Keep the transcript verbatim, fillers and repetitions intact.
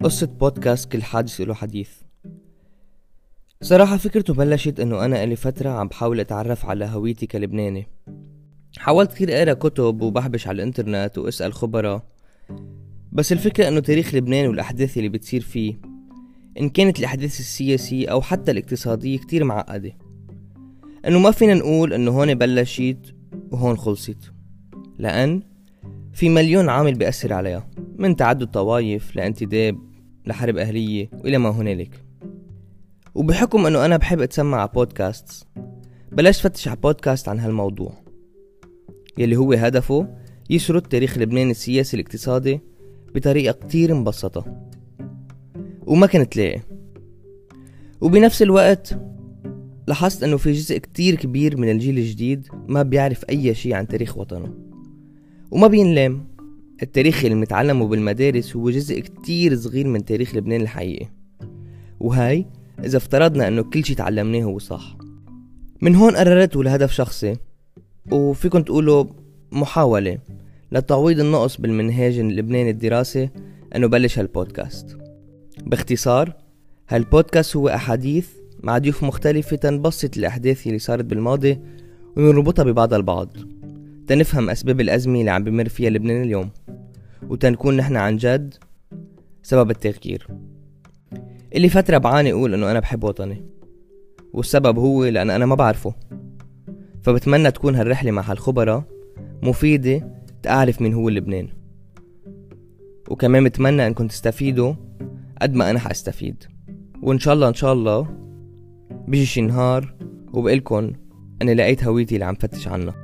قصة بودكاست كل حادث له حديث. صراحة فكرته بلشت انه انا الي فترة عم بحاول اتعرف على هويتي كلبناني. حاولت كتير اقرا كتب وبحبش على الانترنت واسأل خبراء، بس الفكرة انه تاريخ لبنان والاحداث اللي بتصير فيه، ان كانت الاحداث السياسية او حتى الاقتصادية، كتير معقدة، انه ما فينا نقول انه هون بلشت وهون خلصت، لان في مليون عامل بيأثر عليها، من تعدد طوائف لانتداب لحرب أهلية وإلى ما هنالك. وبحكم أنه أنا بحب أتسمع على بودكاست، بلشت فتش على بودكاست عن هالموضوع، يلي هو هدفه يسرد تاريخ لبنان السياسي الاقتصادي بطريقة كتير مبسطة وما كنت لاقي. وبنفس الوقت لاحظت أنه في جزء كتير كبير من الجيل الجديد ما بيعرف أي شيء عن تاريخ وطنه وما بينلام. التاريخ اللي بنتعلمه بالمدارس هو جزء كتير صغير من تاريخ لبنان الحقيقي، وهاي إذا افترضنا أنه كل شي تعلمناه هو صح. من هون قررت لهدف شخصي، وفيكن تقولوا محاولة لتعويض النقص بالمنهاج اللبناني الدراسي، أنه بلش هالبودكاست. باختصار، هالبودكاست هو أحاديث مع ضيوف مختلفة تنبسط الأحداث اللي صارت بالماضي ونربطها ببعض البعض، تنفهم أسباب الأزمة اللي عم بمر فيها لبنان اليوم، وتنكون نحن عن جد سبب التغيير. اللي فترة بعاني أقول أنه أنا بحب وطني، والسبب هو لأن أنا ما بعرفه، فبتمنى تكون هالرحلة مع هالخبراء مفيدة تعرف مين هو لبنان، وكمان بتمنى أنكم تستفيدوا قد ما أنا حاستفيد. وإن شاء الله إن شاء الله بيجي شي نهار وبقلكن أنا لقيت هويتي اللي عم فتش عنها.